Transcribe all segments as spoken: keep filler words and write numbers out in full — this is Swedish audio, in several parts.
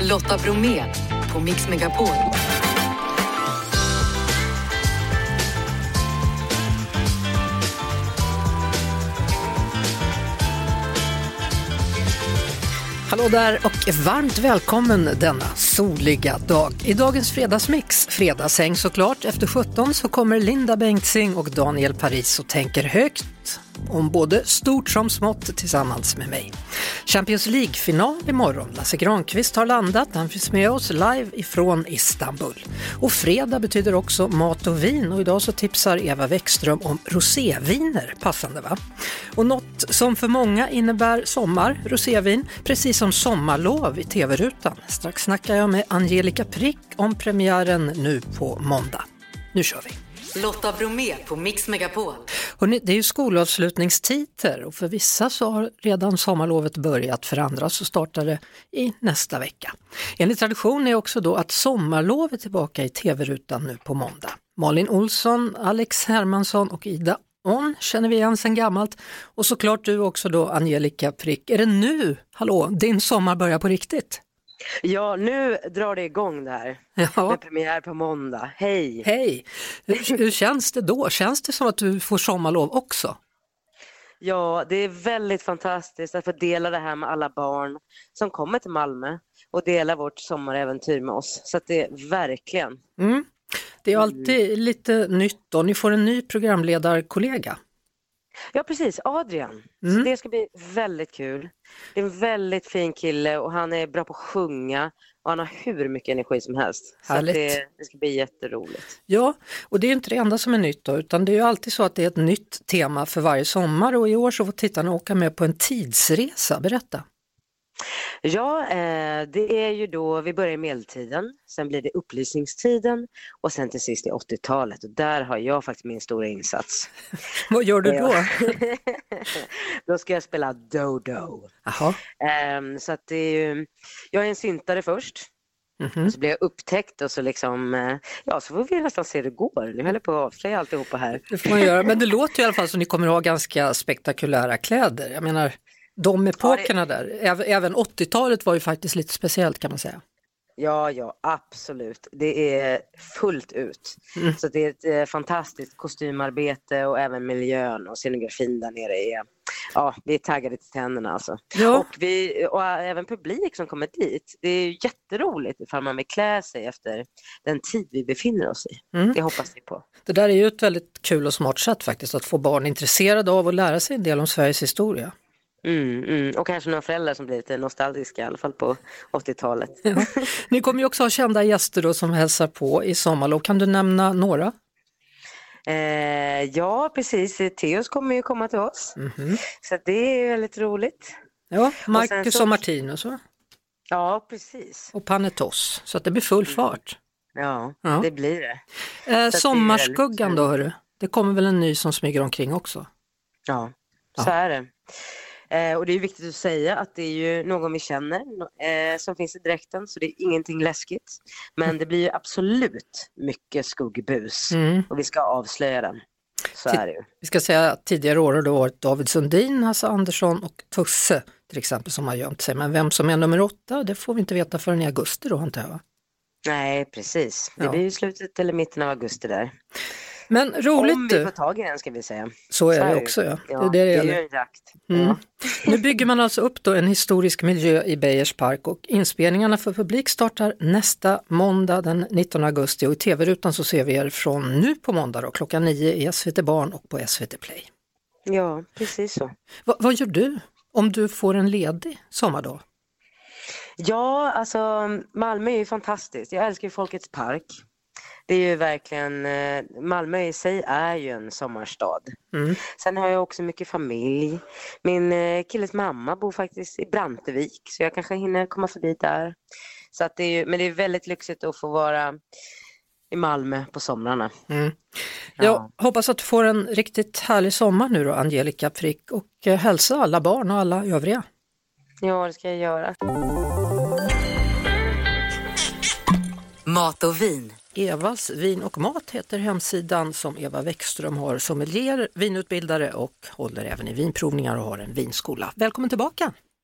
Lotta Bromé på Mix Megapol. Hallå där och varmt välkommen denna soliga dag. I dagens fredagsmix, fredagshäng såklart, efter sjutton så kommer Linda Bengtzing och Daniel Paris och tänker högt om både stort som smått tillsammans med mig. Champions League-final imorgon. Lasse Granqvist har landat, han finns med oss live ifrån Istanbul. Och fredag betyder också mat och vin och idag så tipsar Eva Wäckström om roséviner, passande va? Och något som för många innebär sommar, rosévin, precis som sommarlov i tv-rutan. Strax snackar jag med Angelica Prick om premiären nu på måndag. Nu kör vi! Lotta Bromé på Mix Megapol. Hörrni, det är ju skolavslutningstider och för vissa så har redan sommarlovet börjat, för andra så startar det i nästa vecka. Enligt tradition är också då att sommarlovet är tillbaka i tv-rutan nu på måndag. Malin Olsson, Alex Hermansson och Ida On känner vi igen sedan gammalt. Och såklart du också då, Angelica Prick. Är det nu, hallå, din sommar börjar på riktigt? Ja, nu drar det igång det här. Ja. Med premiär på måndag. Hej! Hej! Hur, hur känns det då? Känns det som att du får sommarlov också? Ja, det är väldigt fantastiskt att få dela det här med alla barn som kommer till Malmö och dela vårt sommaräventyr med oss. Så att det är verkligen... Mm. Det är alltid mm. lite nytt då. Ni får en ny programledarkollega. Ja, precis. Adrian. Mm. Så det ska bli väldigt kul. Det är en väldigt fin kille och han är bra på att sjunga och han har hur mycket energi som helst. Så att det, det ska bli jätteroligt. Ja, och det är inte det enda som är nytt då, utan det är ju alltid så att det är ett nytt tema för varje sommar och i år så får tittarna åka med på en tidsresa. Berätta. Ja, eh, det är ju då, vi börjar i medeltiden, sen blir det upplysningstiden och sen till sist i åttiotalet och där har jag faktiskt min stora insats. Vad gör du då? Då ska jag spela Dodo. Jaha. Eh, så att det är ju, jag är en syntare först. Mm-hmm. Så blir jag upptäckt och så liksom, ja så får vi nästan se hur det går. Nu håller på att avslöja alltihopa här. Det får man göra, men det låter ju i alla fall som ni kommer att ha ganska spektakulära kläder. Jag menar... De epokerna ja, det... där, även åttiotalet var ju faktiskt lite speciellt kan man säga. Ja, ja, absolut. Det är fullt ut. Mm. Så det är ett eh, fantastiskt kostymarbete och även miljön och scenografin där nere är, ja, vi är taggade till tänderna alltså. Ja. Och, vi, och även publik som kommer dit, det är ju jätteroligt ifall man vill klä sig efter den tid vi befinner oss i. Mm. Det hoppas vi på. Det där är ju ett väldigt kul och smart sätt faktiskt, att få barn intresserade av att lära sig en del om Sveriges historia. Mm, mm. Och kanske några föräldrar som blir lite nostalgiska i alla fall på åttiotalet. Ja. Ni kommer ju också ha kända gäster då som hälsar på i sommarlov. Kan du nämna några? Eh, ja, precis. Theos kommer ju komma till oss. Mm-hmm. Så det är väldigt roligt. Ja, Marcus och, så... och Martinus va? Ja, precis. Och Panetos. Så att det blir full fart. Ja, ja. Det blir det. Eh, sommarskuggan då hörru. Det kommer väl en ny som smyger omkring också? Ja, så ja. Är det. Eh, och det är viktigt att säga att det är ju någon vi känner eh, som finns i dräkten, så det är ingenting läskigt. Men det blir ju absolut mycket skuggbus mm. och vi ska avslöja den. Så T- är det ju. Vi ska säga att tidigare år har det varit David Sundin, Hasse Andersson och Tusse till exempel som har gömt sig. Men vem som är nummer åtta, det får vi inte veta förrän i augusti då, antar jag. Nej, precis. Det ja. blir ju slutet eller mitten av augusti där. Men roligt. Om vi får tag i den ska vi säga. Så är Så det är också, ja. ja det är, det det är ju en jakt. Mm. Ja. Nu bygger man alltså upp då en historisk miljö i Bejers park och inspelningarna för publik startar nästa måndag den nittonde augusti och i tv-rutan så ser vi er från nu på måndag då, klockan nio i S V T Barn och på S V T Play. Ja, precis så. Va, vad gör du om du får en ledig sommardag? Ja, alltså Malmö är ju fantastiskt. Jag älskar ju Folkets park. Det är ju verkligen, Malmö i sig är ju en sommarstad. Mm. Sen har jag också mycket familj. Min killes mamma bor faktiskt i Brantevik, så jag kanske hinner komma förbi där. Så att det är ju, men det är väldigt lyxigt att få vara i Malmö på somrarna. Mm. Ja. Jag hoppas att du får en riktigt härlig sommar nu då, Angelica Prick, och hälsa alla barn och alla övriga. Ja, det ska jag göra. Mat och vin. Evas vin och mat heter hemsidan som Eva Wäckström har, sommelier, vinutbildare och håller även i vinprovningar och har en vinskola. Välkommen tillbaka!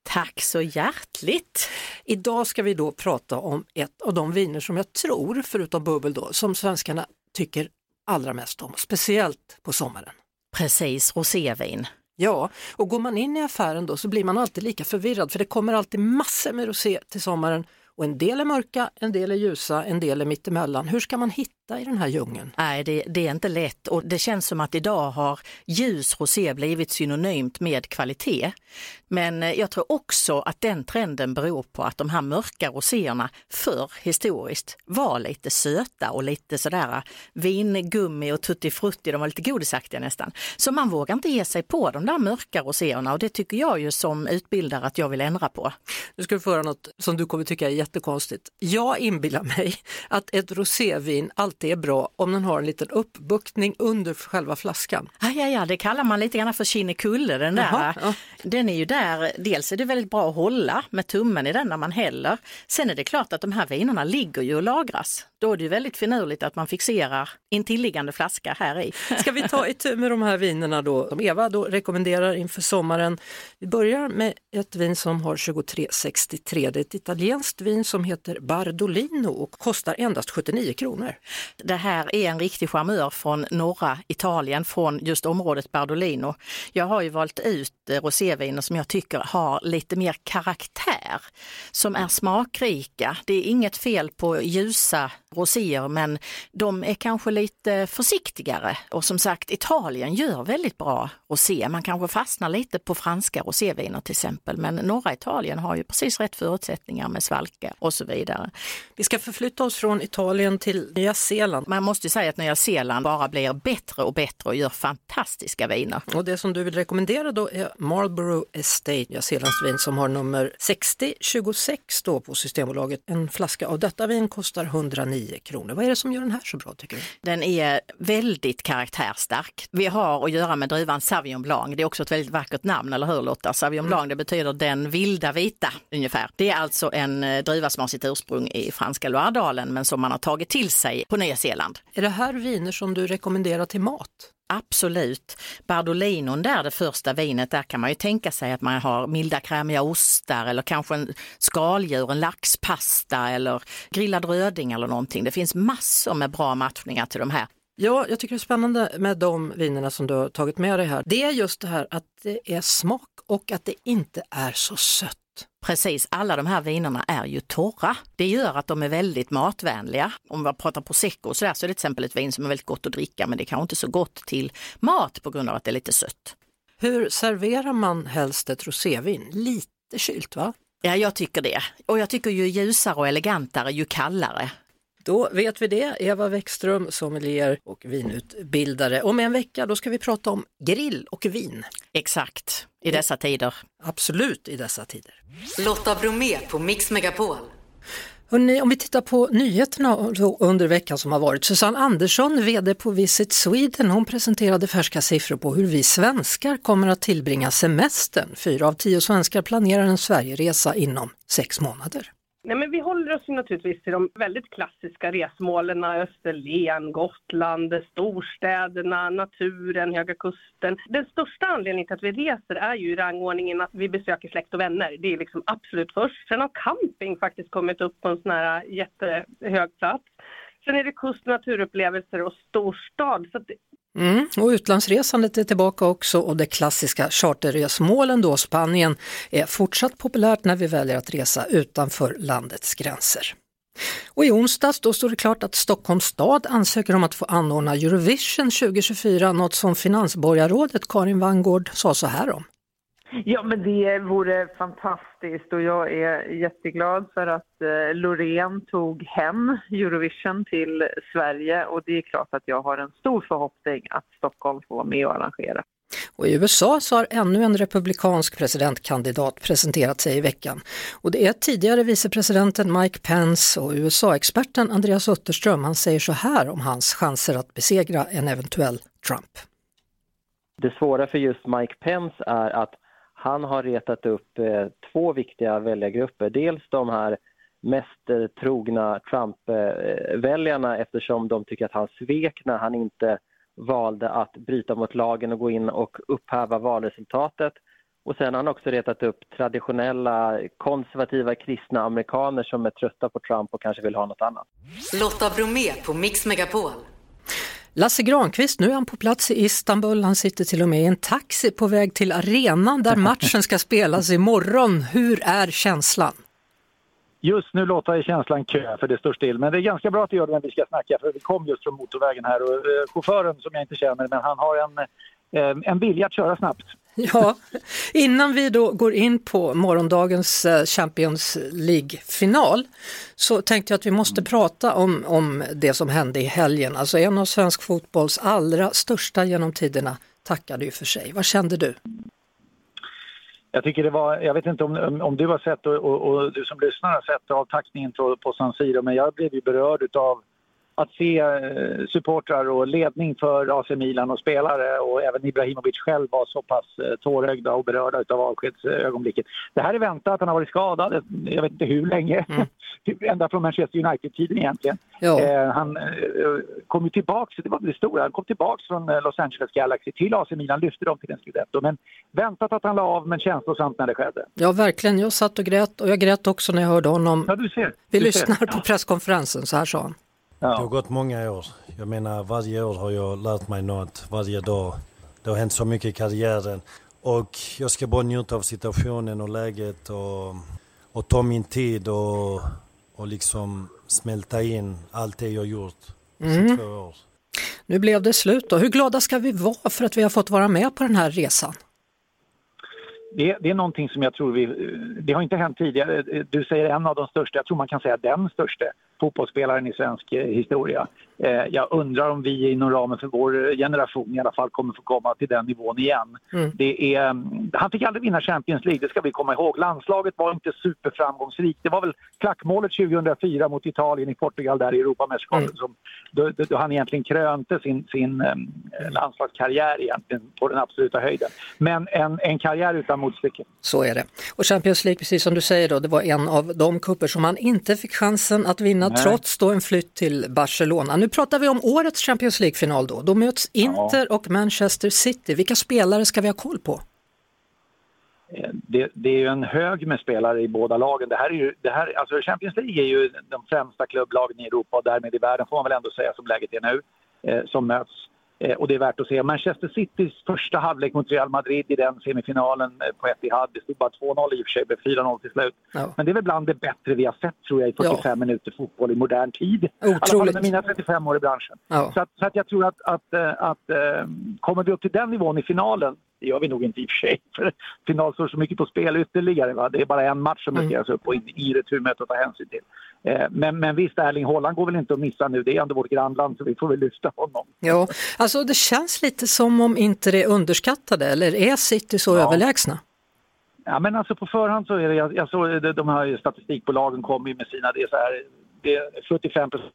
Tack så hjärtligt! Idag ska vi då prata om ett av de viner som jag tror, förutom bubbel då, som svenskarna tycker allra mest om, speciellt på sommaren. Precis, rosévin. Ja, och går man in i affären då så blir man alltid lika förvirrad, för det kommer alltid massor med rosé till sommaren. Och en del är mörka, en del är ljusa, en del är mittemellan. Hur ska man hitta i den här djungeln? Nej, det, det är inte lätt, och det känns som att idag har ljus rosé blivit synonymt med kvalitet. Men jag tror också att den trenden beror på att de här mörka roséerna förr historiskt var lite söta och lite sådär vingummi och tuttifrutti, de var lite godisaktiga nästan. Så man vågar inte ge sig på de där mörka roséerna, och det tycker jag ju som utbildare att jag vill ändra på. Nu ska vi få höra något som du kommer tycka är jättekonstigt. Jag inbillar mig att ett rosévin alltid är bra om den har en liten uppbuktning under själva flaskan. Ja, ja, ja, det kallar man lite grann för kinnekulle, den där. Jaha, ja. Den är ju där, dels är det väldigt bra att hålla med tummen i den när man häller. Sen är det klart att de här vinerna ligger ju och lagras. Då är det ju väldigt finurligt att man fixerar intilliggande flaska här i. Ska vi ta itu med de här vinerna då, som Eva då rekommenderar inför sommaren. Vi börjar med ett vin som har tjugotre sextiotre. Det är ett italienskt vin som heter Bardolino och kostar endast sjuttionio kronor. Det här är en riktig charmör från norra Italien, från just området Bardolino. Jag har ju valt ut roséviner som jag tycker har lite mer karaktär, som är smakrika. Det är inget fel på ljusa roséer, men de är kanske lite försiktigare. Och som sagt, Italien gör väldigt bra rosé. Man kanske fastnar lite på franska roséviner till exempel, men norra Italien har ju precis rätt förutsättningar med svalka och så vidare. Vi ska förflytta oss från Italien till Nya Zeeland. Man måste ju säga att Nya Zeeland bara blir bättre och bättre och gör fantastiska viner. Och det som du vill rekommendera då är Marlborough Estate, Nya Zeelands vin, som har nummer sextio tjugosex då på Systembolaget. En flaska av detta vin kostar hundranio kronor. Vad är det som gör den här så bra, tycker du? Den är väldigt karaktärstark. Vi har att göra med druvan Sauvignon Blanc. Det är också ett väldigt vackert namn, eller hur Lotta? Sauvignon Blanc, det betyder den vilda vita ungefär. Det är alltså en druva som har sitt ursprung i franska Loiredalen, men som man har tagit till sig på Nya Zeeland. Är det här viner som du rekommenderar till mat? Absolut. Bardolinon där, det första vinet, där kan man ju tänka sig att man har milda krämiga ostar eller kanske en skaldjur, en laxpasta eller grillad röding eller någonting. Det finns massor med bra matchningar till de här. Ja, jag tycker det är spännande med de vinerna som du har tagit med dig här. Det är just det här att det är smak och att det inte är så sött. Precis, alla de här vinerna är ju torra. Det gör att de är väldigt matvänliga. Om vi pratar prosecco så, där, så är det till exempel ett vin som är väldigt gott att dricka, men det är kanske inte så gott till mat på grund av att det är lite sött. Hur serverar man helst ett rosévin? Lite kylt, va? Ja, jag tycker det. Och jag tycker ju ljusare och elegantare ju kallare. Då vet vi det. Eva Wäckström, sommelier och vinutbildare. Om en vecka då ska vi prata om grill och vin. Exakt, i dessa tider. Absolut, i dessa tider. Lotta Bromé på Mix Megapol. Hörrni, om vi tittar på nyheterna under veckan som har varit. Susanne Andersson, vd på Visit Sweden, hon presenterade färska siffror på hur vi svenskar kommer att tillbringa semestern. Fyra av tio svenskar planerar en Sverigeresa inom sex månader. Nej, men vi håller oss ju naturligtvis till de väldigt klassiska resmålen, Österlen, Gotland, storstäderna, naturen, Höga Kusten. Den största anledningen till att vi reser är ju i rangordningen att vi besöker släkt och vänner. Det är liksom absolut först. Sen har camping faktiskt kommit upp på en sån här jättehög plats. Sen är det kust, naturupplevelser och storstad. Så att Mm, och utlandsresandet är tillbaka också, och det klassiska charterresmålen då, Spanien, är fortsatt populärt när vi väljer att resa utanför landets gränser. Och i onsdags då stod det klart att Stockholms stad ansöker om att få anordna Eurovision tjugo tjugofyra, något som finansborgarrådet Karin Vangård sa så här om. Ja, men det vore fantastiskt, och jag är jätteglad för att eh, Loreen tog hem Eurovision till Sverige, och det är klart att jag har en stor förhoppning att Stockholm får vara med och arrangera. Och i U S A så har ännu en republikansk presidentkandidat presenterat sig i veckan. Och det är tidigare vicepresidenten Mike Pence, och U S A-experten Andreas Utterström, han säger så här om hans chanser att besegra en eventuell Trump. Det svåra för just Mike Pence är att han har retat upp eh, två viktiga väljargrupper. Dels de här mest eh, trogna Trump-väljarna, eftersom de tycker att han svek när han inte valde att bryta mot lagen och gå in och upphäva valresultatet. Och sen har han också retat upp traditionella konservativa kristna amerikaner som är trötta på Trump och kanske vill ha något annat. Lotta Bromé på Mix Megapol. Lasse Granqvist, nu är han på plats i Istanbul. Han sitter till och med i en taxi på väg till arenan där matchen ska spelas imorgon. Hur är känslan? Just nu låter känslan kö för det står still. Men det är ganska bra att det gör det när vi ska snacka. För vi kom just från motorvägen här. Och eh, chauffören som jag inte känner, men han har en, eh, en vilja att köra snabbt. Ja, innan vi då går in på morgondagens Champions League-final så tänkte jag att vi måste prata om, om det som hände i helgen. Alltså en av svensk fotbolls allra största genom tiderna tackade ju för sig. Vad kände du? Jag tycker det var, jag vet inte om, om du har sett och, och, och du som lyssnar har sett avtackningen på, på San Siro, men jag blev ju berörd av att se eh, supportrar och ledning för A C Milan och spelare och även Ibrahimovic själv var så pass eh, tårögda och berörda utav avskedsögonblicket. Det här är väntat att han har varit skadad, jag vet inte hur länge, mm. ända från Manchester United-tiden egentligen. Eh, han eh, kom ju tillbaks, det var det stora, han kom tillbaks från eh, Los Angeles Galaxy till A C Milan, lyfte dem till en Scudetto, men väntat att han la av, men känslosamt när det skedde. Ja, verkligen, jag satt och grät och jag grät också när jag hörde honom. Ja, du ser. Vi du lyssnar ser. på presskonferensen, så här sa han. Ja. Det har gått många år. Jag menar, varje år har jag lärt mig något. Varje dag. Det har hänt så mycket i karriären. Och jag ska bara njuta av situationen och läget och, och ta min tid och, och liksom smälta in allt det jag gjort mm. i två år. Nu blev det slut då. Hur glada ska vi vara för att vi har fått vara med på den här resan? Det, det är någonting som jag tror vi, det har inte hänt tidigare. Du säger en av de största, jag tror man kan säga den största fotbollsspelaren i svensk historia. Jag undrar om vi inom ramen för vår generation i alla fall kommer få komma till den nivån igen. Mm. Det är, han fick aldrig vinna Champions League, det ska vi komma ihåg. Landslaget var inte superframgångsrikt. Det var väl klackmålet tjugohundrafyra mot Italien i Portugal där i Europamästerskapet mm. som då, då han egentligen krönte sin, sin um, landslagskarriär egentligen på den absoluta höjden. Men en, en karriär utan motstycke. Så är det. Och Champions League, precis som du säger då, det var en av de kupper som han inte fick chansen att vinna Nej. trots då en flytt till Barcelona. Nu pratar vi om årets Champions League-final då. Då möts Inter ja. och Manchester City. Vilka spelare ska vi ha koll på? Det, det är ju en hög med spelare i båda lagen. Det här är ju, det här, alltså Champions League är ju de främsta klubblagen i Europa och därmed i världen får man väl ändå säga som läget är nu, eh, som möts. Eh, och det är värt att se. Manchester Citys första halvlek mot Real Madrid i den semifinalen på Etihad. Det stod bara två noll i och för sig, det blev fyra noll till slut. Ja. Men det är väl bland det bättre vi har sett tror jag i fyrtiofem ja. minuter fotboll i modern tid. Otroligt. I alla fall med mina trettiofem år i branschen. Ja. Så, att, så att jag tror att, att, att, att kommer vi upp till den nivån i finalen, det gör vi nog inte i och för sig. För final står så mycket på spel ytterligare. Va? Det är bara en match som noteras mm. upp och in, i returmötet att ta hänsyn till. Eh, men, men visst, Erling Haaland går väl inte att missa nu. Det är ändå vårt grannland så vi får väl lyfta honom. Ja, alltså det känns lite som om inte det är underskattade. Eller är City så ja. överlägsna? Ja, men alltså på förhand så är det, jag, jag såg de här statistikbolagen kommer ju med sina, det är så här, det är sjuttiofem procent.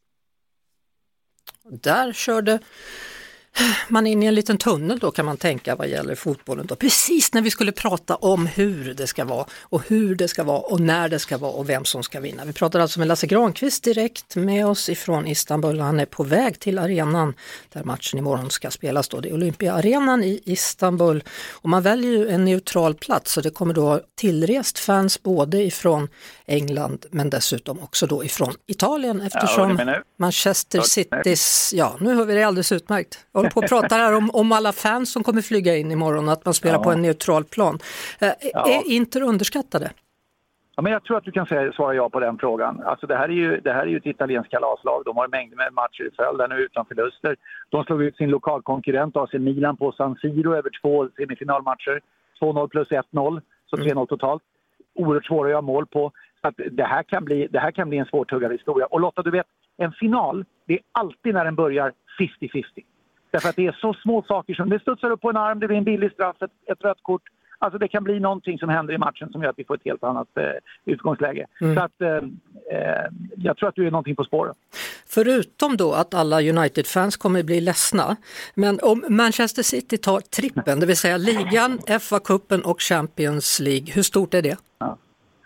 Där körde man in i en liten tunnel då kan man tänka vad gäller fotbollen då. Precis när vi skulle prata om hur det ska vara och hur det ska vara och när det ska vara och vem som ska vinna. Vi pratar alltså med Lasse Granqvist direkt med oss ifrån Istanbul. Han är på väg till arenan där matchen imorgon ska spelas då. Det är Olympiaarenan i Istanbul och man väljer ju en neutral plats så det kommer då tillrest fans både ifrån England men dessutom också då ifrån Italien eftersom ja, Manchester Citys, ja nu hör vi det alldeles utmärkt. Jag håller på att prata här om, om alla fans som kommer flyga in imorgon att man spelar ja. på en neutral plan. Eh, ja. Är Inter underskattade? Ja, men jag tror att du kan säga, svara ja på den frågan. Alltså det här är ju, det här är ju ett italienskt kalaslag. De har mängder med matcher i följd där nu utan förluster. De slog ut sin lokalkonkurrent A C Milan på San Siro över två semifinalmatcher. två noll plus ett noll, så tre noll totalt. Oerhört svåra att göra mål på. Så att det, här kan bli, det här kan bli en svårtuggad historia. Och Lotta, du vet, en final, det är alltid när den börjar femtio femtio. Därför att det är så små saker som det studsar upp på en arm, det blir en billig straff, ett, ett rött kort. Alltså det kan bli någonting som händer i matchen som gör att vi får ett helt annat eh, utgångsläge. Mm. Så att eh, jag tror att du är någonting på spåren. Förutom då att alla United-fans kommer bli ledsna. Men om Manchester City tar trippen, det vill säga ligan, F A-cupen och Champions League, hur stort är det? Ja.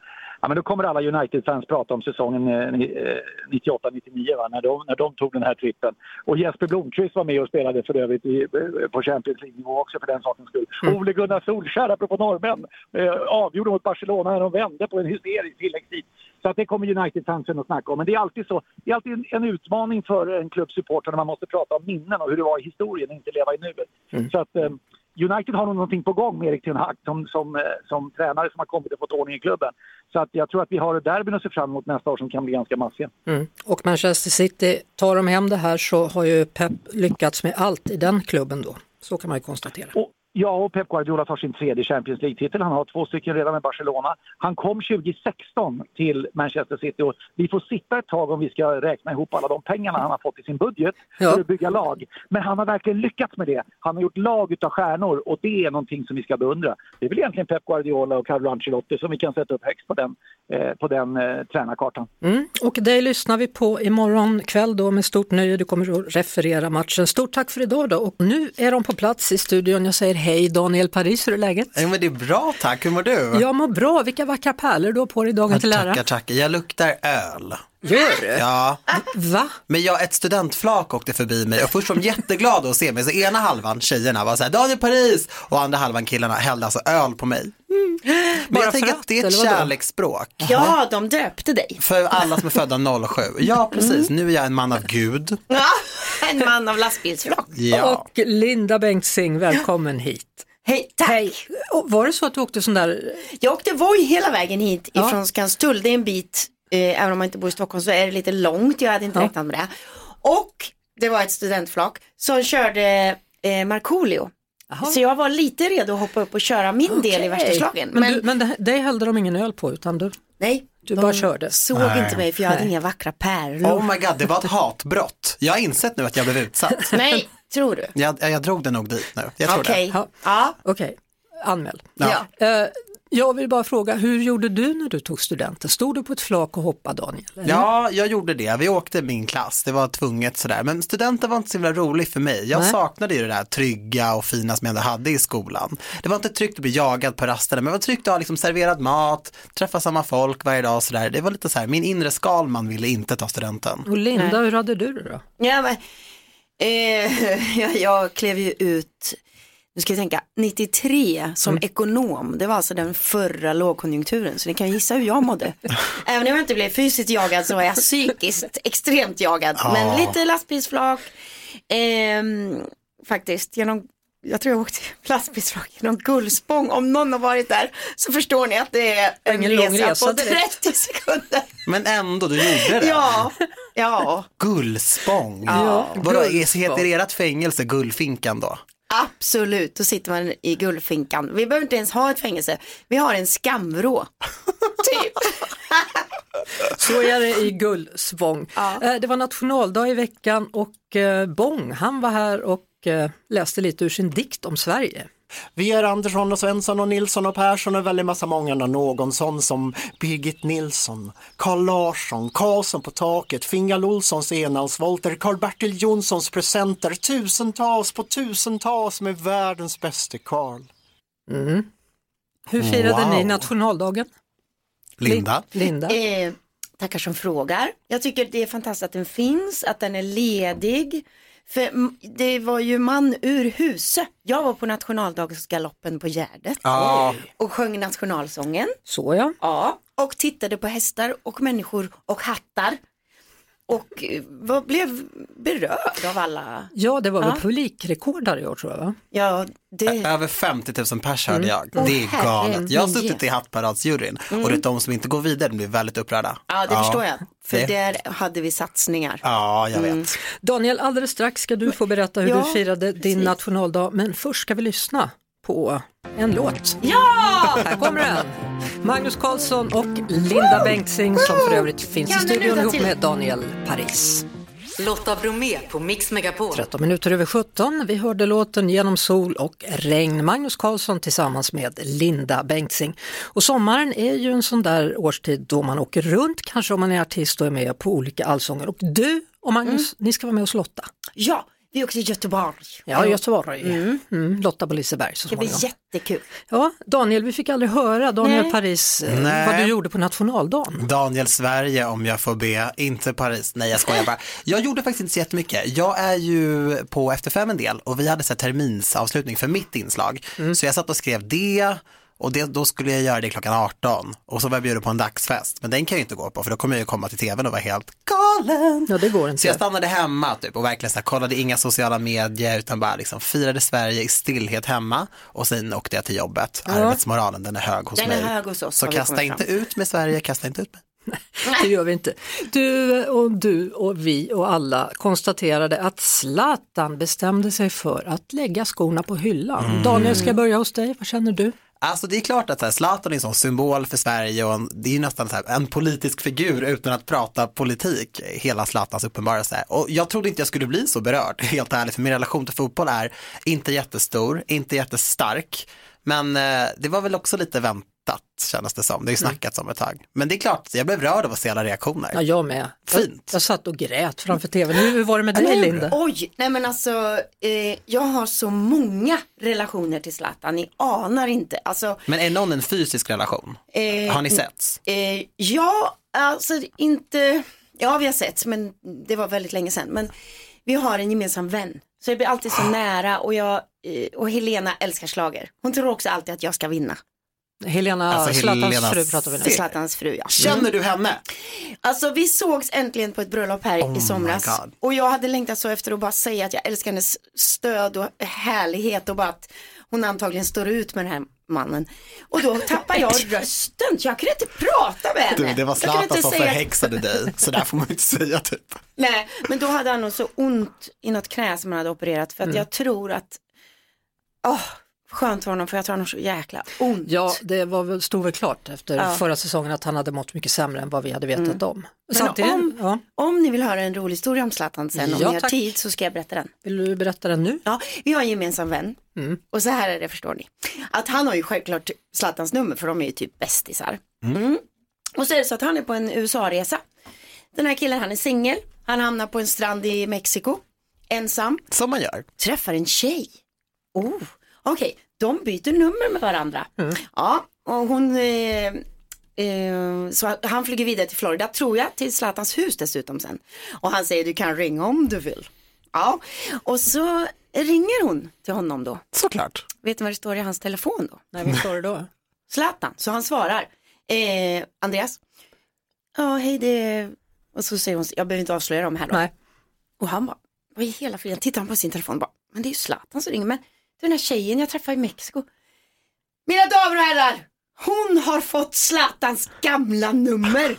ja, men då kommer alla United-fans prata om säsongen nittioåtta nittionio, va? När, de, när de tog den här trippen. Och Jesper Blomqvist var med och spelade för övrigt i, på Champions League-nivå också för den sakens skull. Mm. Ole Gunnar Solskjær, apropå norrmän, eh, avgjorde mot Barcelona när de vände på en hysterisk tilläggstid. Så att det kommer United-fansen att snacka om. Men det är alltid så. Det är alltid en utmaning för en klubbsupporter när man måste prata om minnen och hur det var i historien och inte leva i nuet. Mm. Så att eh, United har nog någonting på gång med Erik Ten Hag som, som, som tränare som har kommit och fått ordning i klubben. Så att jag tror att vi har derbyn att se fram emot nästa år som kan bli ganska massiga. Mm. Och Manchester City, tar de hem det här så har ju Pep lyckats med allt i den klubben då. Så kan man ju konstatera. Och ja, och Pep Guardiola tar sin tredje Champions League-titel. Han har två stycken redan med Barcelona. Han kom tjugohundrasexton till Manchester City och vi får sitta ett tag om vi ska räkna ihop alla de pengarna han har fått i sin budget ja. för att bygga lag. Men han har verkligen lyckats med det. Han har gjort lag utav stjärnor och det är någonting som vi ska beundra. Det är väl egentligen Pep Guardiola och Carlo Ancelotti som vi kan sätta upp högst på den, eh, på den eh, tränarkartan. Mm. Och det lyssnar vi på imorgon kväll då med stort nöje. Du kommer att referera matchen. Stort tack för idag då. Och nu är de på plats i studion. Jag säger hej Daniel Paris, hur är läget? Ja, men det är bra, tack. Hur mår du? Jag mår bra. Vilka vackra pärlor du har på dig dagen ja, till ära. Tackar, tackar. Jag luktar öl. Gör du? Ja. Va? Men jag, ett studentflak åkte förbi mig och först var de jätteglada att se mig. Så ena halvan, tjejerna, var så här, Daniel Paris, och andra halvan, killarna, hällde alltså öl på mig. Mm. Men Bara jag tänker att det är ett kärleksspråk. Ja, de döpte dig. För alla som är födda noll sju. Ja, precis. Nu är jag en man av Gud. Ja, en man av lastbilsflak. Ja. Och Linda Bengtzing, välkommen hit. Hej, tack. Hej. Och var det så att du åkte sån där... Jag åkte Voi hela vägen hit ja. ifrån Skanstull. Det är en bit, eh, även om man inte bor i Stockholm så är det lite långt. Jag hade inte ja. räknat med det. Och det var ett studentflak som körde eh, Markoolio. Aha. Så jag var lite redo att hoppa upp och köra min okay. del i värsta slagen. Men, men, du, men det, det hällde de ingen öl på utan du... Nej. Du bara körde. Såg Nej. inte mig för jag hade Nej. inga vackra pärlor. Oh my god, det var ett hatbrott. Jag har insett nu att jag blev utsatt. Nej, tror du? Jag, jag drog den nog dit nu. Jag tror okay. det. Ja. Ja. Okej, okay. Anmäl. Ja. Ja. Uh, jag vill bara fråga, hur gjorde du när du tog studenten? Stod du på ett flak och hoppade, Daniel? Eller? Ja, jag gjorde det. Vi åkte min klass. Det var tvunget sådär. Men studenten var inte så himla rolig för mig. Jag Nej. saknade ju det där trygga och fina som jag ändå hade i skolan. Det var inte tryggt att bli jagad på rasterna, men det var tryggt att ha liksom serverad mat, träffa samma folk varje dag och sådär. Det var lite så här, min inre Skalman ville inte ta studenten. Och Linda, Nej. hur hade du det då? Ja, men, eh, jag, jag klev ju ut... Nu ska jag tänka, nittiotre som mm. ekonom, det var alltså den förra lågkonjunkturen, så ni kan gissa hur jag mådde. Även om jag inte blev fysiskt jagad så var jag psykiskt extremt jagad. Ja. Men lite lastbilsflak, eh, faktiskt, genom, jag tror jag åkte lastbilsflak genom Gullspång. Om någon har varit där så förstår ni att det är en Ingen resa, resa på trettio sekunder. Men ändå, du gjorde det. Ja, ja. Gullspång. Ja. Vadå, heter ert fängelse Gullfinkan då? Absolut, då sitter man i Gullfinkan. Vi behöver inte ens ha ett fängelse. Vi har en skamvrå. Typ. Så är det i Gullspång. Ja. Det var nationaldag i veckan och Bång, han var här och läste lite ur sin dikt om Sverige. Vi är Andersson och Svensson och Nilsson och Persson och väldigt massa många och någon sån som Birgit Nilsson, Carl Larsson, Karlsson på taket, Fingal Olssons enalsvolter, Carl-Bertil Jonssons presenter, tusentals på tusentals med världens bästa Karl. Mm. Hur firade wow. ni nationaldagen? Linda? Linda? Eh, tackar som frågar. Jag tycker det är fantastiskt att den finns, att den är ledig. För det var ju man ur huset. Jag var på nationaldagsgaloppen på Gärdet ah. och sjöng nationalsången. Så ja. Ja, och tittade på hästar och människor och hattar. Och vad blev berörd av alla. Ja, det var ja. väl publikrekordare i år tror jag, va? Ja, det... Över femtio tusen pers hörde jag. Mm. Det är oh, galet. Jag har suttit i hattparadsjuryn mm. och det är de som inte går vidare blir väldigt upprörda. Ja, det ja. förstår jag. För det. där hade vi satsningar. Ja, jag mm. vet. Daniel, alldeles strax ska du få berätta hur ja, du firade din precis. nationaldag. Men först ska vi lyssna på en låt. Ja! Här kommer den. Magnus Carlsson och Linda Bengtzing som för övrigt finns kan i studion ihop med Daniel Paris. Lotta Bromé på Mix Megapol. tretton minuter över sjutton. Vi hörde låten Genom sol och regn. Magnus Carlsson tillsammans med Linda Bengtzing. Och sommaren är ju en sån där årstid då man åker runt. Kanske om man är artist och är med på olika allsånger. Och du och Magnus, mm. ni ska vara med hos Lotta. Ja, Det är också Göteborg. Ja, Göteborg. Mm. Mm. Lotta på Liseberg så småningom. Det blir jättekul. Ja, Daniel, vi fick aldrig höra Daniel Nej. Paris, Nej. vad du gjorde på nationaldagen. Daniel Sverige om jag får be, inte Paris. Nej, jag skojar bara. Jag gjorde faktiskt inte så jättemycket. Jag är ju på Efter fem en del och vi hade så här terminsavslutning för mitt inslag. Mm. Så jag satt och skrev det. Och det, då skulle jag göra det klockan arton. Och så var jag bjuden på en dagsfest. Men den kan jag ju inte gå på, för då kommer jag ju komma till tvn och vara helt galen. Ja, det går inte. Så jag stannade hemma typ, och verkligen så här, kollade inga sociala medier, utan bara liksom firade Sverige i stillhet hemma. Och sen åkte jag till jobbet. Ja. Arbetsmoralen, den är hög hos den mig. Är hög hos oss, så kasta inte ut med Sverige, kasta inte ut med. Nej, det gör vi inte. Du och du och vi och alla konstaterade att Zlatan bestämde sig för att lägga skorna på hyllan. Mm. Daniel, ska jag börja hos dig? Vad känner du? Alltså det är klart att så här, Zlatan är en sån symbol för Sverige och en, det är ju nästan så här, en politisk figur utan att prata politik, hela Zlatans uppenbarelse. Och jag trodde inte jag skulle bli så berörd, helt ärligt, för min relation till fotboll är inte jättestor, inte jättestark, men eh, det var väl också lite väntat, känns det som. Det är ju snackats om ett tag. Men det är klart, jag blev rörd av att se alla reaktioner. Ja, jag med. Fint. Jag, jag satt och grät framför tvn. Hur var det med dig, Linda? Oj, nej men alltså, eh, jag har så många relationer till Zlatan, ni anar inte. Alltså, men är någon en fysisk relation? Eh, har ni setts? Eh, ja, alltså inte, ja vi har setts, men det var väldigt länge sedan. Men vi har en gemensam vän. Så jag blir alltid så nära och, jag, och Helena älskar slager. Hon tror också alltid att jag ska vinna. Helena, alltså, Zlatans Helenas fru pratar vi nu. Zlatans fru, ja. Känner du henne? Alltså vi sågs äntligen på ett bröllop här oh i somras. Och jag hade längtat så efter att bara säga att jag älskar hennes stöd och härlighet och bara att hon antagligen står ut med den här mannen. Och då tappar jag rösten. Jag kunde inte prata med henne. Du, det var Zlatan som förhäxade dig. Så där får man inte säga typ. Nej, men då hade han nog så ont i något knä som han hade opererat. För att mm. jag tror att åh, skönt för honom, för jag tror han har så jäkla ont. Ja, det var väl, stod väl klart efter ja. förra säsongen att han hade mått mycket sämre än vad vi hade vetat mm. om. Men om, ja. om ni vill höra en rolig historia om Zlatan sen, om ja, ni har tack. tid så ska jag berätta den. Vill du berätta den nu? Ja, vi har en gemensam vän. Mm. Och så här är det, förstår ni. Att han har ju självklart Zlatans nummer, för de är ju typ bästisar. Mm. Mm. Och så är det så att han är på en U S A-resa. Den här killen, han är singel. Han hamnar på en strand i Mexiko. Ensam. Som man gör. Träffar en tjej. Oh, okej. Okay. De byter nummer med varandra. Mm. Ja, och hon... Eh, eh, så han flyger vidare till Florida, tror jag, till Zlatans hus dessutom sen. Och han säger, du kan ringa om du vill. Ja, och så ringer hon till honom då. Såklart. Vet ni vad det står i hans telefon då? Nej, vad står det då? Zlatan, så han svarar. Eh, Andreas? Ja, hej det... Och så säger hon, jag behöver inte avslöja dem här då. Nej. Och han bara, vad i hela friden? Tittar han på sin telefon och bara, men det är ju Zlatan som ringer. Men den här tjejen jag träffade i Mexiko. Mina damer och herrar, hon har fått Zlatans gamla nummer.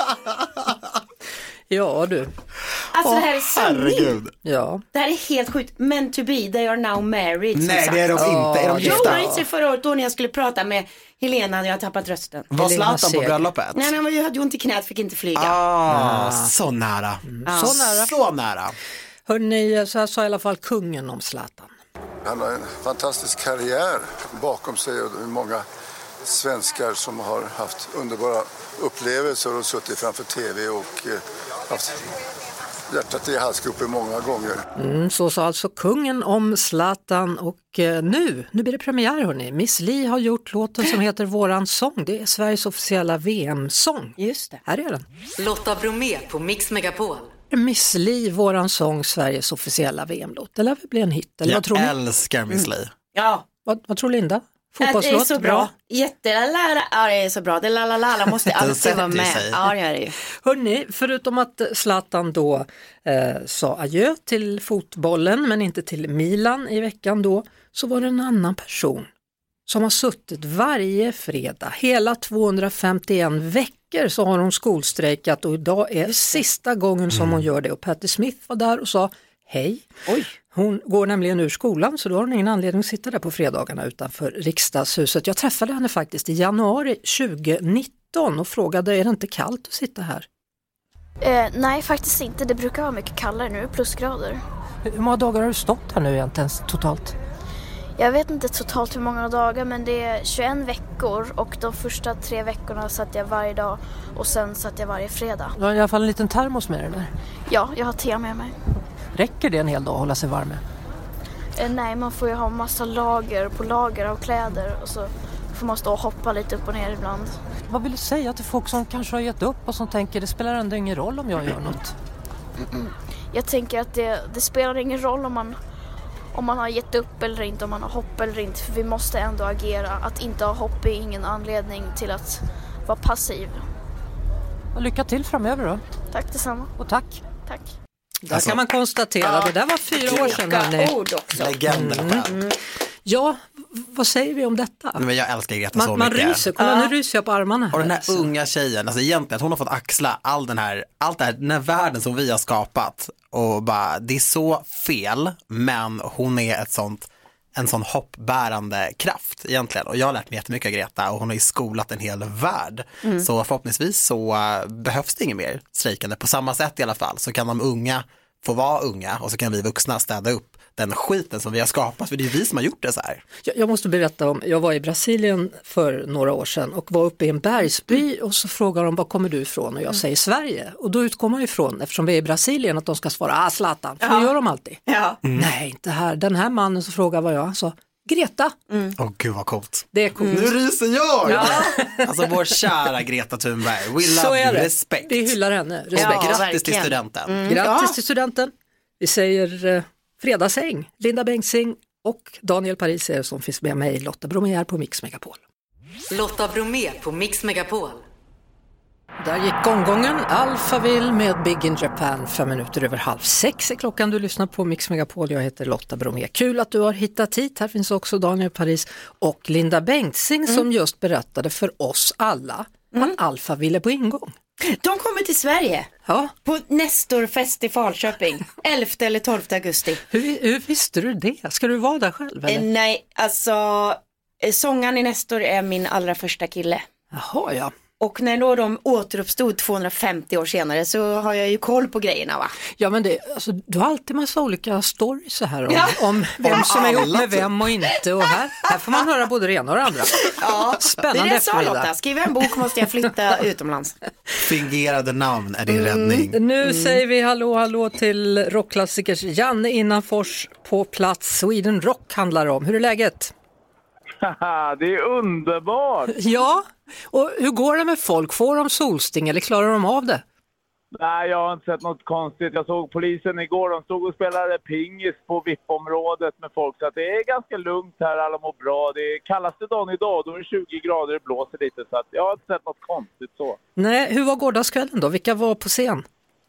Ja du. Alltså oh, det här är sanning. Ja. Det här är helt sjukt. Men to be, they are now married. Nej, det är de inte. Är de gifta? Jo, det inte förra året då när jag skulle prata med Helena när jag tappat rösten. Var Zlatan på bröllopet? Nej, nej, men jag hade ont i knät, fick inte flyga. Ah, mm. Så nära. Mm. Ah. Så nära. Så nära. Hörrni, så här sa i alla fall kungen om Zlatan. Han har en fantastisk karriär bakom sig och många svenskar som har haft underbara upplevelser och suttit framför tv och haft hjärtat i halsgropen många gånger. Mm, så sa alltså kungen om Zlatan och eh, nu, nu blir det premiär hörni. Miss Li har gjort låten som heter Våran sång. Det är Sveriges officiella V M-sång. Just det. Här är den. Lotta Bromé på Mix Megapol. Miss Li, Våran sång, Sveriges officiella V M-låt. Det lär väl bli en hit. Eller jag vad tror älskar Miss Li. Mm. Ja. Vad, vad tror Linda? Fotbollslåt, det är så bra. bra. Jättelalala. Ja, det är så bra. Det lalalala måste alltid vara med. Ja, det är det ju. Hörrni, förutom att Zlatan då eh, sa adjö till fotbollen men inte till Milan i veckan då, så var det en annan person som har suttit varje fredag. Hela tvåhundrafemtioen veckor så har hon skolstrejkat och idag är sista gången som mm. hon gör det. Och Patti Smith var där och sa hej. Oj. Hon går nämligen ur skolan så då har hon ingen anledning att sitta där på fredagarna utanför riksdagshuset. Jag träffade henne faktiskt i januari tjugonitton och frågade, är det inte kallt att sitta här? Eh, nej, faktiskt inte. Det brukar vara mycket kallare nu, plusgrader. Hur många dagar har du stått här nu egentligen totalt? Jag vet inte totalt hur många dagar, men det är tjugoen veckor och de första tre veckorna satt jag varje dag och sen satt jag varje fredag. Du har i alla fall en liten termos med dig där. Ja, jag har te med mig. Räcker det en hel dag att hålla sig varm med? Eh, nej, man får ju ha massa lager på lager av kläder och så får man stå och hoppa lite upp och ner ibland. Vad vill du säga till folk som kanske har gett upp och som tänker det spelar ändå ingen roll om jag gör något? Mm-mm. Jag tänker att det, det spelar ingen roll om man, om man har gett upp eller inte, om man har hopp eller inte. För vi måste ändå agera. Att inte ha hopp är ingen anledning till att vara passiv. Och lycka till framöver då. Tack detsamma. Och tack. Tack. Där alltså, kan man konstatera, ja, det där var fyra år sedan. Kloka ord också. Legender mm. mm. Ja, vad säger vi om detta? Men jag älskar Greta man, så man mycket. Man ryser, kolla nu ryser jag på armarna. Och den här unga tjejen, alltså egentligen hon har fått axla all den här, allt det här, den här världen som vi har skapat. Och bara, det är så fel, men hon är ett sånt, en sån hoppbärande kraft egentligen. Och jag har lärt mig jättemycket av Greta och hon har ju skolat en hel värld. Mm. Så förhoppningsvis så uh, behövs det inget mer strejkande. På samma sätt i alla fall så kan de unga få vara unga och så kan vi vuxna städa upp den skiten som vi har skapat, för det är vi som har gjort det så här. Jag, jag måste berätta om, jag var i Brasilien för några år sedan och var uppe i en bergsby och så frågar de, var kommer du ifrån? Och jag säger Sverige. Och då utgår man ifrån, eftersom vi är i Brasilien, att de ska svara, ah Zlatan, för ja. Det gör de alltid. Ja. Mm. Nej, inte här. Den här mannen som frågar vad jag, han sa, Greta. Åh mm. oh, gud vad coolt. Det är coolt. Mm. Nu ryser jag! Ja. Alltså vår kära Greta Thunberg, we love you, respect. Vi hyllar henne, respekt. Ja, grattis verkligen. Till studenten. Mm. Grattis ja. till studenten. Vi säger eh, fredagsäng, Linda Bengtzing och Daniel Paris är som finns med mig, Lotta Bromé på Mix Megapol. Lotta Bromé på Mix Megapol. Där gick omgången Alphaville med Big in Japan, fem minuter över halv sex är klockan. Du lyssnar på Mix Megapol, jag heter Lotta Bromé. Kul att du har hittat hit, här finns också Daniel Paris och Linda Bengtzing mm. som just berättade för oss alla mm. att Alphaville är på ingång. De kommer till Sverige ja. på Nestorfest i Falköping, elfte eller tolfte augusti. Hur, hur visste du det? Ska du vara där själv? Eller? Eh, nej, alltså sångaren i Nestor är min allra första kille. Jaha, ja. Och när då de återuppstod tvåhundrafemtio år senare så har jag ju koll på grejerna, va? Ja, men det, alltså, du har alltid massa olika stories så här om, ja. om vem som är ihop med vem och inte. Och här, här får man höra både det ena och det andra. Ja, spännande. Det är det så, Lotta. Skriver en bok måste jag flytta utomlands. Fingerade namn är din mm, räddning. Nu mm. säger vi hallå, hallå till rockklassikers Janne Innanfors på plats. Sweden Rock handlar om. Hur är läget? Det är underbart! Ja, och hur går det med folk? Får de solsting eller klarar de av det? Nej, jag har inte sett något konstigt. Jag såg polisen igår, de stod och spelade pingis på V I P-området med folk. Så att det är ganska lugnt här, alla mår bra. Det är kallaste dagen idag, då är det tjugo grader, det blåser lite. Så att jag har inte sett något konstigt så. Nej, hur var gårdagskvällen då? Vilka var på scen?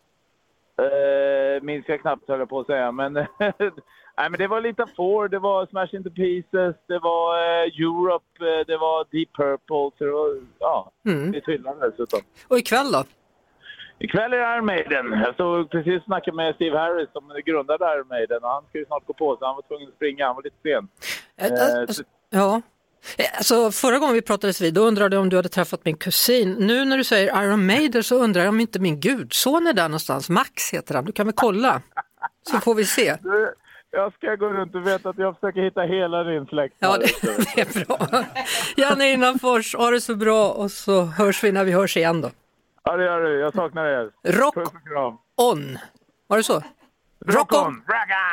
Uh, minns jag knappt, höll jag på att säga, men... Nej, men det var lite Four, det var Smash Into Pieces, det var eh, Europe, eh, det var Deep Purple, så det var, ja, mm. det är hyllande dessutom. Och ikväll då? Ikväll är Iron Maiden. Jag stod precis och snackade med Steve Harris som grundade Iron Maiden och han ska ju snart gå på så han var tvungen att springa, han var lite sen. Äh, alltså, ja, alltså förra gången vi pratades vid, då undrade jag om du hade träffat min kusin. Nu när du säger Iron Maiden så undrar jag om inte min gudson är där någonstans. Max heter han, du kan väl kolla, så får vi se. Du... Jag ska gå runt och veta att jag försöker hitta hela din släkt. Ja, det, det är bra. Janne Innanfors, ha det så bra och så hörs vi när vi hörs igen då. Ja, det gör du. Jag saknar er. Rock on. Var det så? Rock, Rock on. on.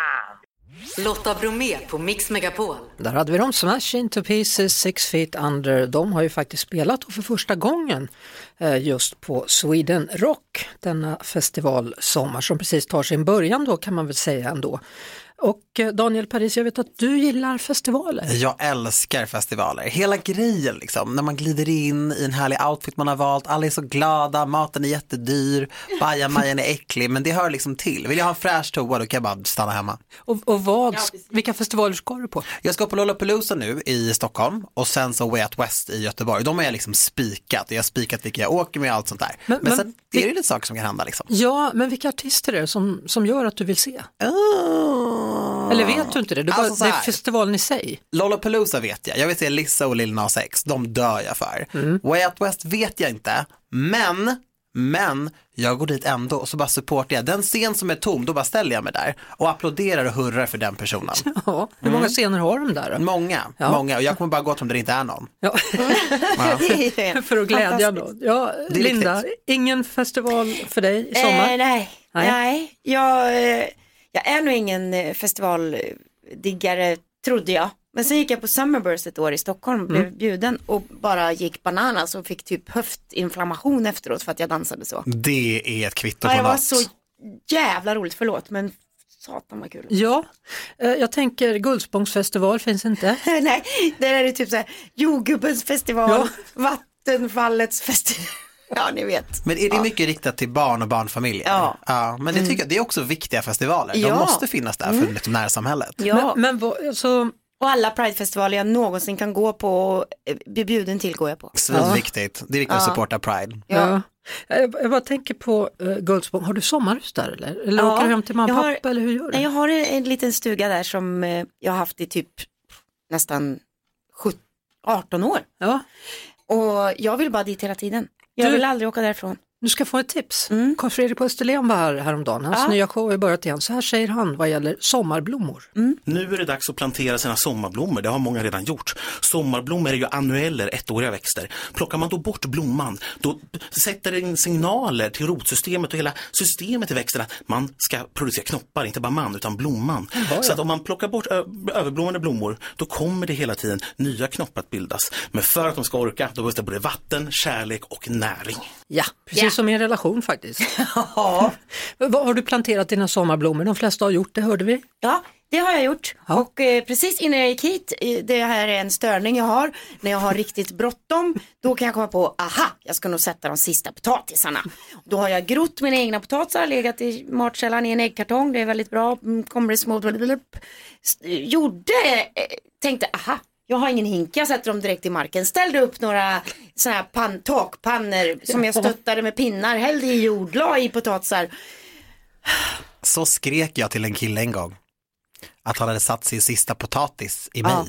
Lotta Bromé på Mix Megapol. Där hade vi dem, Smash Into Pieces, Six Feet Under. De har ju faktiskt spelat för första gången just på Sweden Rock, denna festivalsommar som precis tar sin början då, kan man väl säga ändå. Och Daniel Paris, jag vet att du gillar festivaler. Jag älskar festivaler. Hela grejen liksom, när man glider in i en härlig outfit man har valt, alla är så glada, maten är jättedyr, bajamajen är äcklig, men det hör liksom till. Vill jag ha en fräsch toa, då kan jag bara stanna hemma. Och, och vad, vilka festivaler ska du på? Jag ska på Lollapalooza nu i Stockholm och sen så Way Out West i Göteborg. De har jag liksom spikat, jag har spikat vilka jag åker med och allt sånt där. Men, men, men sen det är ju lite saker som kan hända liksom. Ja, men vilka artister är det som, som gör att du vill se? Oh. Eller vet du inte det? Du bara, alltså det är festivalen i sig. Lollapalooza vet jag. Jag vill se Lissa och Lil Nas X. De dör jag för. Mm. Way Out West vet jag inte. Men, men jag går dit ändå och så bara supportar jag. Den scen som är tom, då bara ställer jag mig där och applåderar och hurrar för den personen. Ja, hur många mm. scener har de där då? Många, ja. många. Och jag kommer bara gå till om det inte är någon. Ja. Ja. För att glädja då. Ja, Linda, ingen festival för dig i sommar? Eh, nej, nej. nej. Jag... Eh... Jag är nog ingen festivaldiggare, trodde jag. Men sen gick jag på Summerburst ett år i Stockholm, mm. blev bjuden och bara gick bananas och fick typ höftinflammation efteråt för att jag dansade så. Det är ett kvitto på ja, det något. Det var så jävla roligt, förlåt, men satan vad kul. Ja, jag tänker Guldspångsfestival finns inte. Nej, där är det typ så här jordgubbens festival, ja. Vattenfallets festival. Ja, ni vet. Men är det ja. mycket riktat till barn och barnfamiljer? Ja. ja men det tycker jag, det är också viktiga festivaler. Ja. De måste finnas där för mm. liksom närsamhället. Ja. Men, men så... Och alla Pride-festivaler jag någonsin kan gå på och bli bjuden till går jag på. Svinviktigt. Det är viktigt ja. att supporta Pride. Ja. Ja. Jag, jag bara tänker på uh, Guldspång. Har du sommarhus där eller? Eller ja. åker du hem till mamma och pappa eller hur gör du? Nej, jag har en, en liten stuga där som uh, jag har haft i typ nästan sjutton, arton år. Ja. Och jag vill bara dit hela tiden. Jag du... vill aldrig åka därifrån. Du ska få ett tips. Mm. Carl Fredrik på Österlen var här häromdagen. Hans ja. nya show har börjat igen. Så här säger han vad gäller sommarblommor. Mm. Nu är det dags att plantera sina sommarblommor. Det har många redan gjort. Sommarblommor är ju annueller, ettåriga växter. Plockar man då bort blomman, då sätter det in signaler till rotsystemet och hela systemet i växten att man ska producera knoppar, inte bara man utan blomman. Jaha, ja. Så att om man plockar bort ö- överblommande blommor, då kommer det hela tiden nya knoppar att bildas. Men för att de ska orka, då behövs det både vatten, kärlek och näring. Ja, precis ja. som i en relation faktiskt. Ja. Vad har du planterat dina sommarblommor? De flesta har gjort det, hörde vi. Ja, det har jag gjort. Ja. Och eh, precis innan jag gick hit, det här är en störning jag har. När jag har riktigt bråttom, då kan jag komma på, aha, jag ska nog sätta de sista potatisarna. Då har jag grott mina egna potatisar, legat i matkällaren i en äggkartong. Det är väldigt bra. Kommer det små... Gjorde, tänkte, aha. Jag har ingen hink, jag sätter dem direkt i marken. Ställde upp några såna här pan- takpannor som jag stöttade med pinnar. Hällde i jord, la i potatisar. Så skrek jag till en kille en gång. Att han hade satt sin sista potatis i mig. Ja.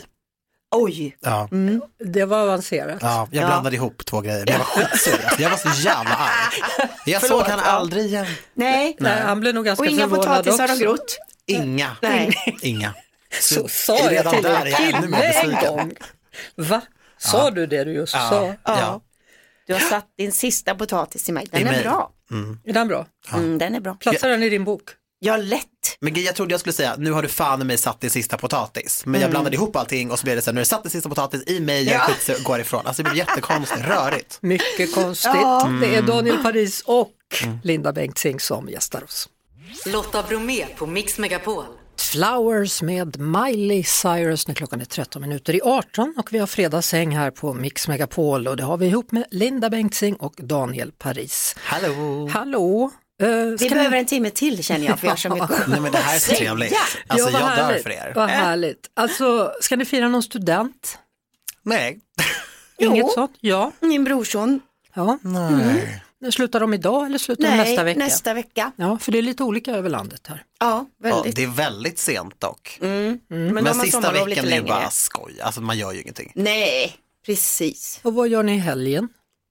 Oj. Ja. Mm. Det var avancerat. Ja, jag blandade ja. ihop två grejer. Men jag var skitsur. Jag var så jävla arg. Jag Förlåt, såg han ja. aldrig igen. Nej. Nej, han blev nog ganska och inga potatisar och grott. Inga. Nej. Inga. Så sa jag redan till där är jag ännu mer besviken. Va? Sa ja. du det du just ja. sa? Ja. ja. Du har satt din sista potatis i mig. Den I är mig. bra. Mm. Är den bra? Ja. Mm, den är bra. Platsar den i din bok? Ja, lätt. Men jag trodde jag skulle säga, nu har du fan i mig satt din sista potatis. Men mm. jag blandade ihop allting och så blev det så här, nu har du satt din sista potatis i mig, jag ja. skits, går ifrån. Alltså det blev jättekonstigt, rörigt. Mycket konstigt. Ja. Det är Daniel Paris och mm. Linda Bengtzing som gästar oss. Lotta Bromé på Mix Megapol. Flowers med Miley Cyrus när klockan är tretton minuter i arton och vi har fredagshäng här på Mix Megapol och det har vi ihop med Linda Bengtzing och Daniel Paris. Hallå! Hallå! Uh, vi behöver ni... en timme till känner jag för jag så mycket. Nej men det här är så trevligt. Alltså ja, jag härligt. dör för er. Vad härligt. Alltså ska ni fira någon student? Nej. Inget jo. sånt? Ja. Min brorson. Ja. Nej. Mm. Slutar de idag eller slutar Nej, de nästa vecka? nästa vecka. Ja, för det är lite olika över landet här. Ja, väldigt. Ja, det är väldigt sent dock. Mm. Mm. Men, Men sista veckan är ju bara skoj. Alltså man gör ju ingenting. Nej, precis. Och vad gör ni i helgen?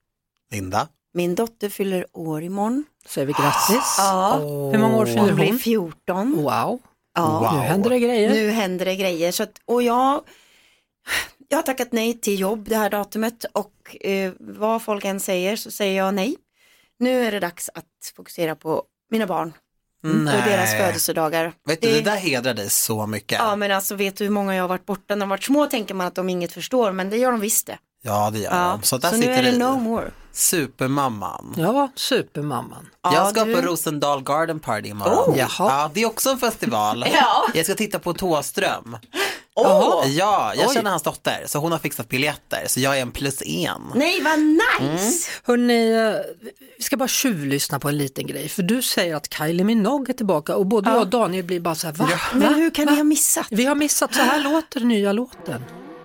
Linda? Min dotter fyller år imorgon. Säger vi grattis. Ja. Oh. Hur många år fyller hon? Hon blir fjorton. Wow. Ja. Wow. Nu händer det grejer. Nu händer det grejer. Så att, och jag, jag har tackat nej till jobb det här datumet. Och eh, vad folk än säger så säger jag nej. Nu är det dags att fokusera på mina barn. Nej. Och deras födelsedagar. Vet du, det, det där hedrar dig så mycket. Ja, men alltså vet du hur många jag har varit borta. När de har varit små tänker man att de inget förstår. Men det gör de visst det. Ja, det gör ja. de. Så, där så sitter nu är det i. no more. Supermamman. Ja, supermamman. Jag ja, ska du... på Rosendal Garden Party imorgon. Oh. Jaha. Ja, det är också en festival. Ja. Jag ska titta på Tåström. Oh. Ja, jag Oj. känner hans dotter. Så hon har fixat biljetter. Så jag är en plus en. Nej, vad nice. Mm. Hörrni, vi ska bara tjuvlyssna på en liten grej. För du säger att Kylie Minogue är tillbaka. Och både ja. jag och Daniel blir bara så här, va? Ja. Men hur kan va? ni ha missat? Vi har missat, så här låter den nya låten.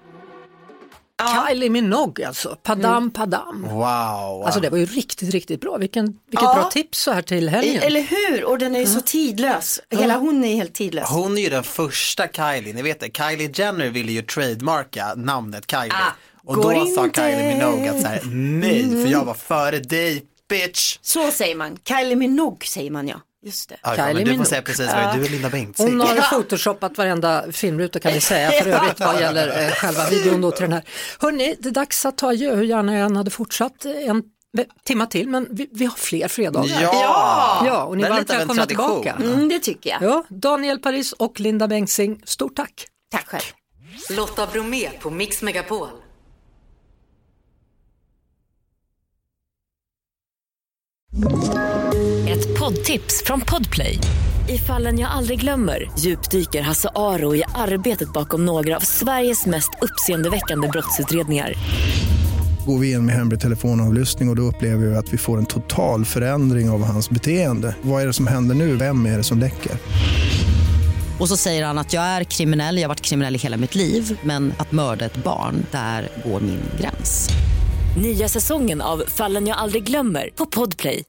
Ja. Kylie Minogue alltså, Padam mm. Padam. Wow. Alltså det var ju riktigt, riktigt bra. Vilken, vilket ja. bra tips så här till helgen. Eller hur? Och den är ju mm. så tidlös. Hela hon är helt tidlös. Hon är ju den första Kylie, ni vet det. Kylie Jenner ville ju trademarka namnet Kylie. Ah, och då inte. sa Kylie Minogue att så här, nej, mm. för jag var före dig, bitch. Så säger man. Kylie Minogue säger man, ja. Just det. Ja, men du får säga precis vad ja. du är, Linda Bengtzing. Hon har photoshoppat varenda filmruta kan vi säga för övrigt vad gäller eh, själva videon då till den här. Hörrni, det är dags att ta adjö hur gärna jag än hade fortsatt en timma till, men vi, vi har fler fredagar. Ja! Ja, och ni är varmt välkomna tillbaka. Mm, det tycker jag. Ja, Daniel Paris och Linda Bengtzing, stort tack. Tack själv. Lotta Bromé på Mix Megapol. Ett poddtips från Podplay. I Fallen jag aldrig glömmer djupdyker Hasse Aro i arbetet bakom några av Sveriges mest uppseendeväckande brottsutredningar. Går vi in med hemlig telefonavlyssning och, och då upplever vi att vi får en total förändring av hans beteende. Vad är det som händer nu? Vem är det som läcker? Och så säger han att jag är kriminell, jag har varit kriminell i hela mitt liv, men att mörda ett barn, där går min gräns. Nya säsongen av Fallen jag aldrig glömmer på Podplay.